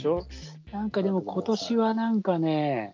ょ。なんかでも今年はなんかね、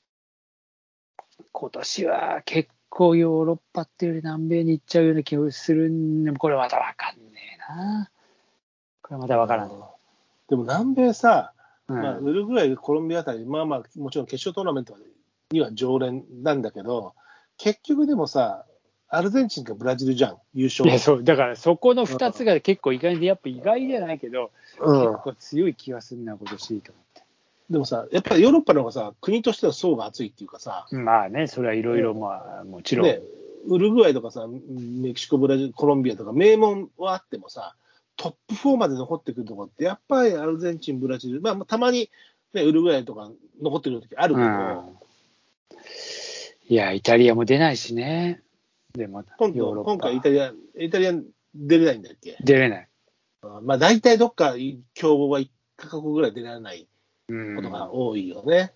今年は結構ヨーロッパっていうより南米に行っちゃうような気がするんで、これまたわかんねえな。これまたわからん。 でも南米さ、 うんウルグアイ、コロンビアあたり、もちろん決勝トーナメントには常連なんだけど、結局でもさ、アルゼンチンかブラジルじゃん、優勝。 いや、そう、だからそこの2つが結構意外で、やっぱ意外じゃないけど、結構強い気がするな、今年と思って。 でもさ、やっぱりヨーロッパの方がさ、国としては層が厚いっていうかさ、 まあね、それはいろいろ、もちろん。 ね、ウルグアイとかさ、メキシコ、ブラジル、コロンビアとか、名門はあってもさ、トップ4まで残ってくるところって、やっぱりアルゼンチン、ブラジル、たまに、ね、ウルグアイとか残ってくるときあるけど、 いや、イタリアも出ないしね。でも今回イタリア出れないんだっけ？ 出れない。 大体どっか強豪は1カ国ぐらい出られないことが多いよね。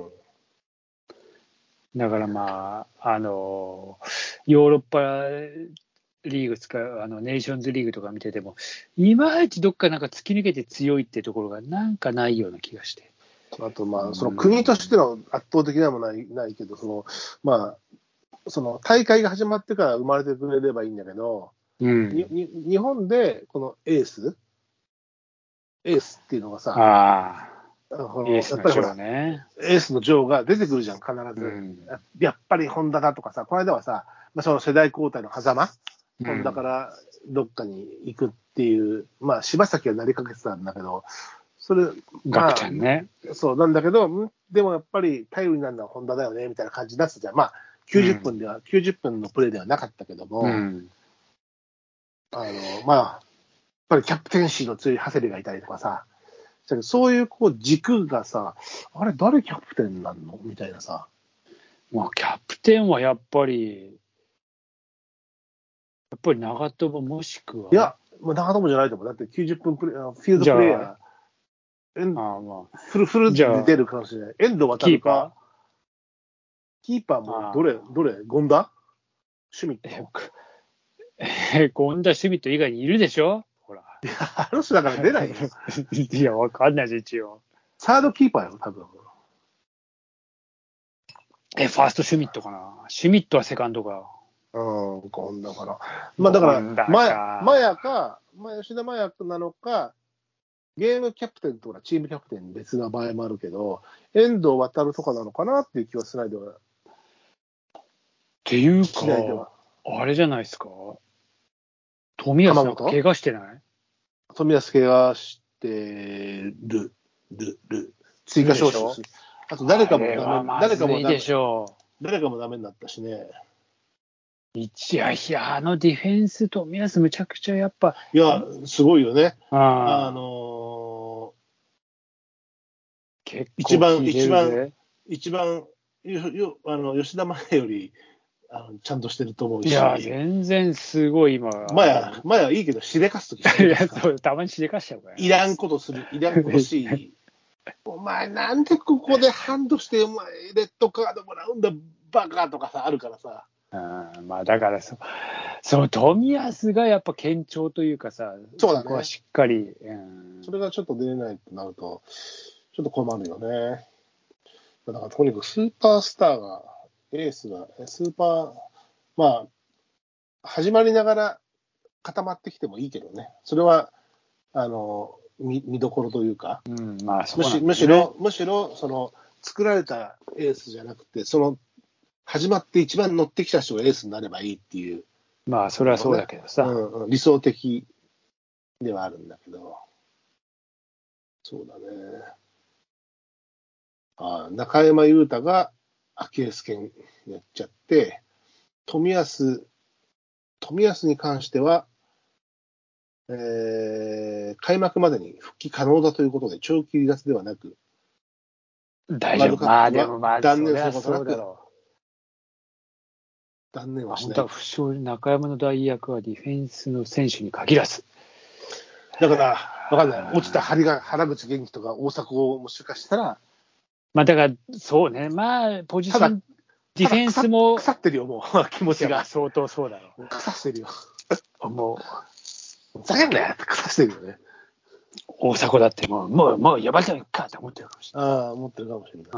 だからヨーロッパリーグ使うネーションズリーグとか見てても、いまいちどっかなんか突き抜けて強いってところがなんかないような気がして。 あとその国としての圧倒的なものはないけど、その大会が始まってから生まれてくれればいいんだけど、日本でこのエースっていうのがさ、 エースのジョーね。 エースのジョーが出てくるじゃん、必ず。やっぱりホンダだとかさ、この間はさ、その世代交代の狭間、ホンダからどっかに行くっていう、柴崎はなりかけてたんだけど、それ、 ガクちゃんね。 そうなんだけど、でもやっぱり頼りになるのはホンダだよね、みたいな感じになってたじゃん。90分のプレーではなかったけども、やっぱりキャプテンシーの強い長谷部がいたりとかさ、そういう軸がさ、あれ誰キャプテンなんのみたいなさ。 キャプテンはやっぱり長友もしくは。 いや、長友じゃないと思う。だって90分フィールドプレイヤー。フルで出るかもしれない。遠藤航か。キーパーもどれ権田シュミット権田シュミット以外にいるでしょほら。 いや、あの人だから出ないよ。 いや、わかんないし、一応。 サードキーパーよ、多分。 ファーストシュミットかな。シュミットはセカンドか。 権田かな。だから、吉田麻也なのか、ゲームキャプテンとかチームキャプテン別な場合もあるけど、遠藤航とかなのかなっていう気はしないでは。 っていうか、あれじゃないですか。冨安なんか怪我してない？ 冨安怪我してる。追加招集。あと誰かもダメになったしね。 いや、ディフェンス、冨安むちゃくちゃやっぱ。 いや、すごいよね。一番、吉田麻也より、ちゃんとしてると思うし。 いや、全然すごい今。 麻也いいけど、しでかすとき。 いや、そう、たまにしでかしちゃうから。 いらんことし、お前なんでここでハンドして、お前レッドカードもらうんだ、バカとかさ、あるからさ。 だからそう、冨安がやっぱ堅調というかさ、 そうだね。 そこはしっかり。 それがちょっと出れないとなると、ちょっと困るよね。だからとにかくスーパースターが、エースが、始まりながら固まってきてもいいけどね。それは、見どころというか、むしろ、その、作られたエースじゃなくて、その、始まって一番乗ってきた人がエースになればいいっていう。 それはそうだけどさ。 理想的ではあるんだけど。そうだね。中山雄太がアキレス腱やっちゃって、冨安に関しては、開幕までに復帰可能だということで、長期離脱ではなく、 大丈夫。でも断念することなく、 断念はしない。本当は不祥事、中山の代役はディフェンスの選手に限らず。 だから、わかんない。落ちた原口元気とか大迫をもしかしたら。 だから、そうね。ポジション、ディフェンスも。 腐ってるよ、もう、気持ちが。 相当そうだろう。 腐してるよ。 もう、ふざけんなよって腐してるよね。 大迫だってもう呼ばれてもいいかって思ってるかもしれない。 ああ、思ってるかもしれない。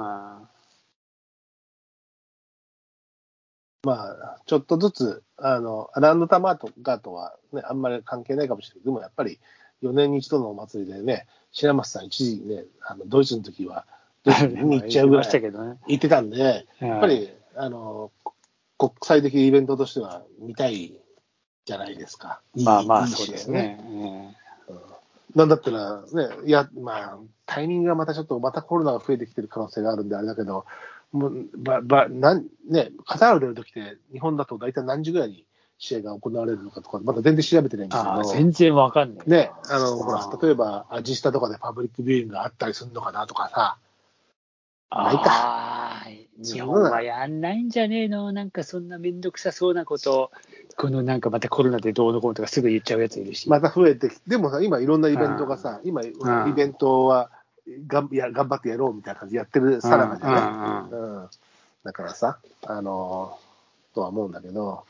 まあ、ちょっとずつ、アランドタマートガーとは、ね、あんまり関係ないかもしれないけど、でもやっぱり4年に一度のお祭りでね、白松さん一時ね、ドイツの時は、ドイツに見に行っちゃうぐらい行ってたんで、やっぱり、国際的イベントとしては見たいじゃないですか。 まあ、そうですね。 なんだったら、ね、いや、まあ、タイミングがまたちょっと、またコロナが増えてきてる可能性があるんで、あれだけど、もうね、カタール出るときって、日本だと大体何時ぐらいに試合が行われるのかとか、まだ全然調べてないんですけど、 全然わかんない。 ね、ほら、例えば、アジスタとかでパブリックビューイングがあったりするのかなとかさ、ないか。 日本はやんないんじゃねえの、なんかそんなめんどくさそうなこと、このなんかまたコロナでどうのこうのとかすぐ言っちゃうやついるし。 また増えてきて、でもさ、今いろんなイベントがさ、今、イベントは頑張ってやろうみたいな感じでやってるさらばじゃね。だからさ、とは思うんだけど。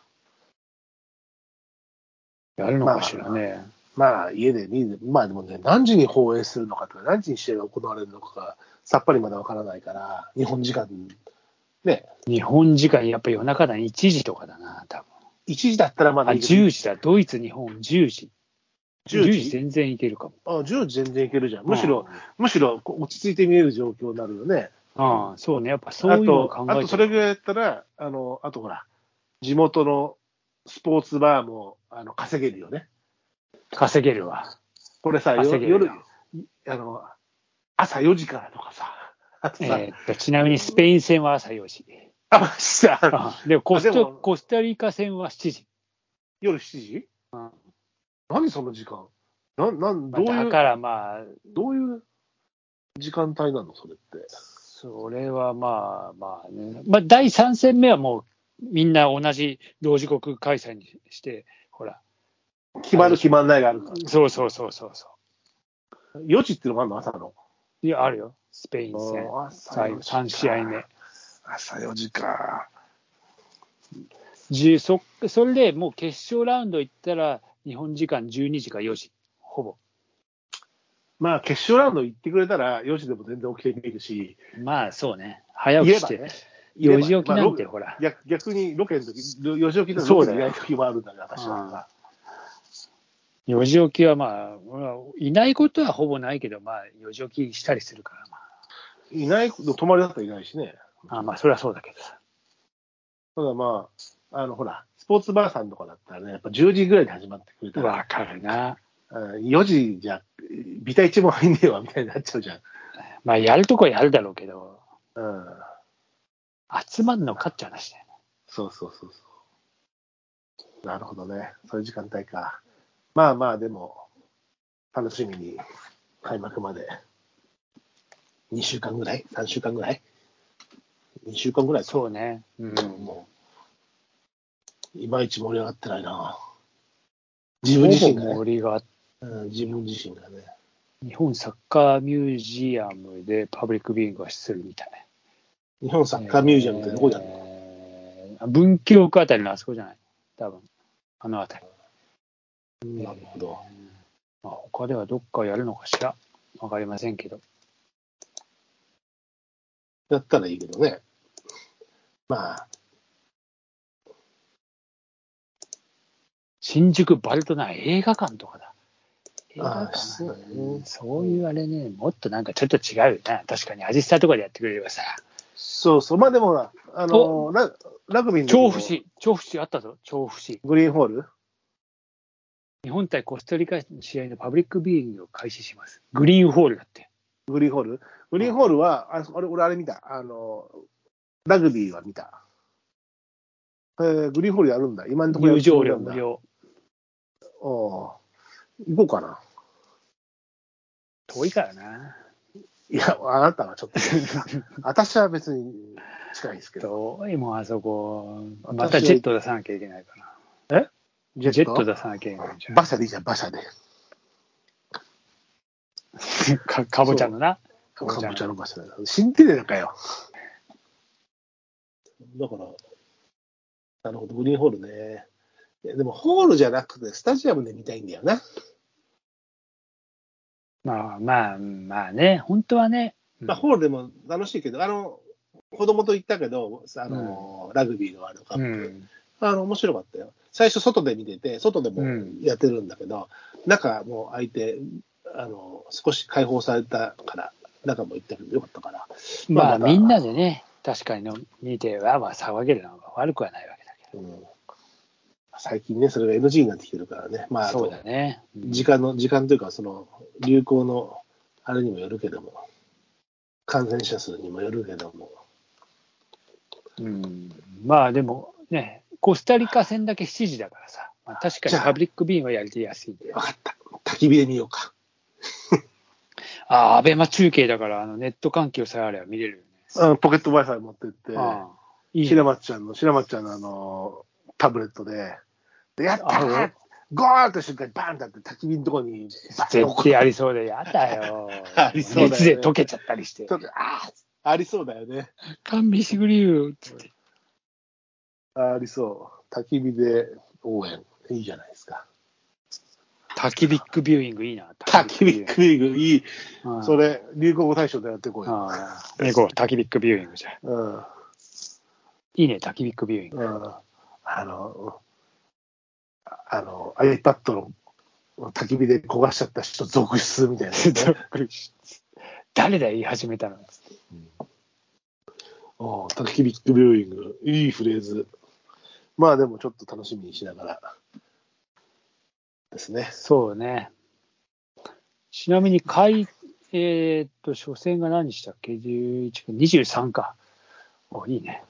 やるのかしらね。 まあ、家で見る。まあでもね、何時に放映するのかとか、何時に試合が行われるのかが、さっぱりまだわからないから、日本時間、ね。 日本時間、やっぱ夜中だね、1時とかだな、多分。 1時だったらまだいける。10時だ、ドイツ、日本、10時。10時全然いけるかも。 10時全然いけるじゃん。むしろ落ち着いて見える状況になるよね。 そうね、やっぱそういうのを考えて。 あとそれぐらいやったら、あとほら、地元のスポーツバーも稼げるよね。 稼げるわ。 これさ、夜、朝4時からとかさ。 ちなみにスペイン戦は朝4時。でコスタリカ戦は7時。 夜7時？何その時間？どういう、 だからまあ、 どういう時間帯なのそれって。 それはまあね。第3戦目はもうみんな同じ同時刻開催にして、ほら。 決まんないがあるから。 そう。 4時っていうのもあるの朝の。 いや、あるよ。スペイン戦。3試合目。 朝4時か。 それでもう決勝ラウンド行ったら、日本時間12時か4時。ほぼ。 まあ、決勝ラウンド行ってくれたら、4時でも全然起きてみるし。 まあ、そうね。早起きして。4時起きなんて、ほら。 逆にロケの時、4時起きのロケにいない時もあるんだけど、私は。 4時起きはまあ、いないことはほぼないけど、まあ、4時起きしたりするから、まあ。 いない、泊まりだったらいないしね。 まあ、それはそうだけどさ。 ただまあ、ほら、スポーツバーさんとかだったらね、やっぱ10時ぐらいに始まってくれたら。 わかるな。 4時じゃ、ビタ1も入んねえわ、みたいになっちゃうじゃん。 まあ、やるとこはやるだろうけど、集まんのかって話だよね。 そう。なるほどね。そういう時間帯か。まあ、でも、楽しみに、開幕まで、2週間ぐらい ?3 週間ぐらい ?2 週間ぐらいか。 そうね。 もう、いまいち盛り上がってないな。自分自身が、ね。自分自身がね。 日本サッカーミュージアムでパブリックビューイングをするみたい。 日本サッカーミュージアムってどこにあるの？ 文京区あたりのあそこじゃない？多分。あのあたり。 なるほど。 他ではどっかやるのかしらわかりませんけど。 やったらいいけどね。まあ。 新宿バルトナ映画館とかだ。映画館そういうあれね、もっとなんかちょっと違うよな。確かにアジスタとかでやってくれればさ。 そう。まあでもラグビーの。 調布市あったぞ。調布市。 グリーンホール？ 日本対コスタリカの試合のパブリックビューイングを開始します。グリーンホールだって。 グリーンホールは、俺あれ見た。ラグビーは見た。グリーンホールやるんだ。今のところ入場料無料。 行こうかな。 遠いからな。 いや、あなたはちょっと。私は別に近いですけど。 遠いもん、あそこ。またジェット出さなきゃいけないかな。ジェット出さなきゃいけないじゃん。 馬車でいいじゃん、馬車で。 かぼちゃのな。 かぼちゃの馬車だ。シンデレラかよ。だから、なるほど、グリーンホールね。でも、ホールじゃなくて、スタジアムで見たいんだよな。 まあね、本当はね。 まあ、ホールでも楽しいけど、子供と行ったけど、ラグビーのワールドカップ、面白かったよ。最初外で見てて、外でもやってるんだけど、中もう空いて、少し開放されたから、中も行ったけどよかったから。 まあ、みんなでね、確かに見て、わーわー騒げるのは悪くはないわけだけど。 最近ね、それが NG になってきてるからね。まあ、 そうだね。 時間というか、その、流行のあれにもよるけども、感染者数にもよるけども。 まあでもね、コスタリカ戦だけ7時だからさ、まあ、確かにパブリックビューイングはやりやすいんで。 分かった。焚き火で見ようか。 アベマ中継だから、ネット環境さえあれば見れるよね。 ポケット Wi-Fi 持ってって、白松ちゃんのタブレットで、やったーゴーンって瞬間にバーンってあって、焚き火のとこに。 絶対ありそうで、やだよ。 ありそうだよね。 熱で溶けちゃったりして。 ありそうだよね。 勘弁してくれよ、つって。 ありそう。焚き火で応援。いいじゃないですか。 焚きビックビューイングいいな。 焚きビックビューイングいい。それ、流行語大賞でやってこいよ。 焚きビックビューイングじゃ。いいね、焚きビックビューイング。 iPad の焚き火で焦がしちゃった人続出みたいな、ね。 誰だよ、言い始めたの。 焚き火ビューイング。いいフレーズ。まあでもちょっと楽しみにしながらですね。 そうね。ちなみに初戦が何したっけ ?11 か、23か。いいね。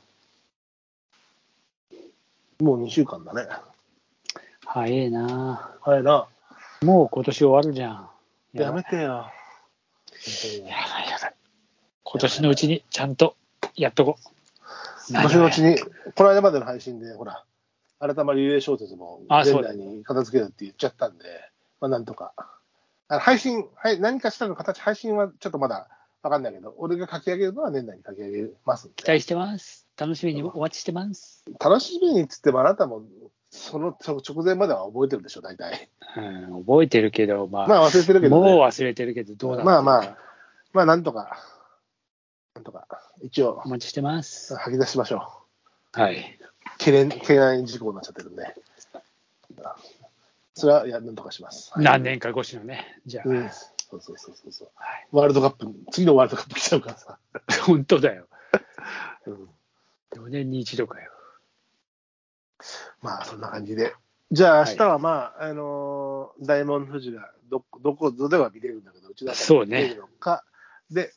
もう2週間だね。 早いな。 早いな。 もう今年終わるじゃん。 やめてよ。 やばい。今年のうちにちゃんとやっとこう。 今年のうちに、この間までの配信で、ほら、改まりリレー小説も現代に片付けるって言っちゃったんで、まあなんとか。配信、何かしらの形、配信はちょっとまだわかんないけど、俺が書き上げるのは年内に書き上げますんで。 期待してます。楽しみにお待ちしてます。 楽しみにっつってもあなたも、その直前までは覚えてるでしょ、大体。 覚えてるけど、まあ忘れてるけど、 ね。もう忘れてるけど、どうだったまあ、なんとか、一応、 お待ちしてます。 吐き出しましょう。はい。 懸念事項になっちゃってるんで。それは、なんとかします。 何年か越しのね。じゃあ。 そう。はい、ワールドカップ、次のワールドカップ来ちゃうからさ。 本当だよ。4年に一度かよ。 まあ、そんな感じで。じゃあ、明日はまあ、大門富士がどこぞでは見れるんだけど、うちだから見れるのか。で、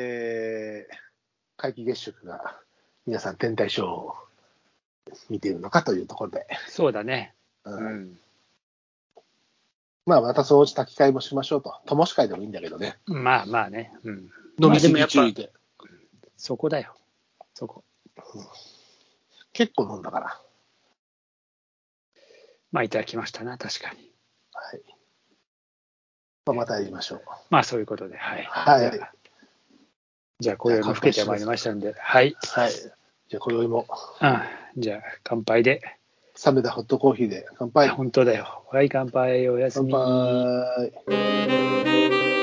皆既月食が皆さん天体ショーを見ているのかというところで。 そうだね。 まあ、またそのうち炊き会もしましょうと。灯し会でもいいんだけどね。 まあね。 飲みすぎ注意で。 そこだよ。そこ。 結構飲んだから。 まあ、いただきましたな、確かに。 はい。またやりましょう。 まあ、そういうことで、はい。 はい。 じゃあ、今宵も更けてまいりましたんで、はい。 はい。じゃあ、今宵も。 じゃあ、乾杯で。 冷めたホットコーヒーで乾杯。 本当だよ。はい、乾杯。おやすみ。 乾杯。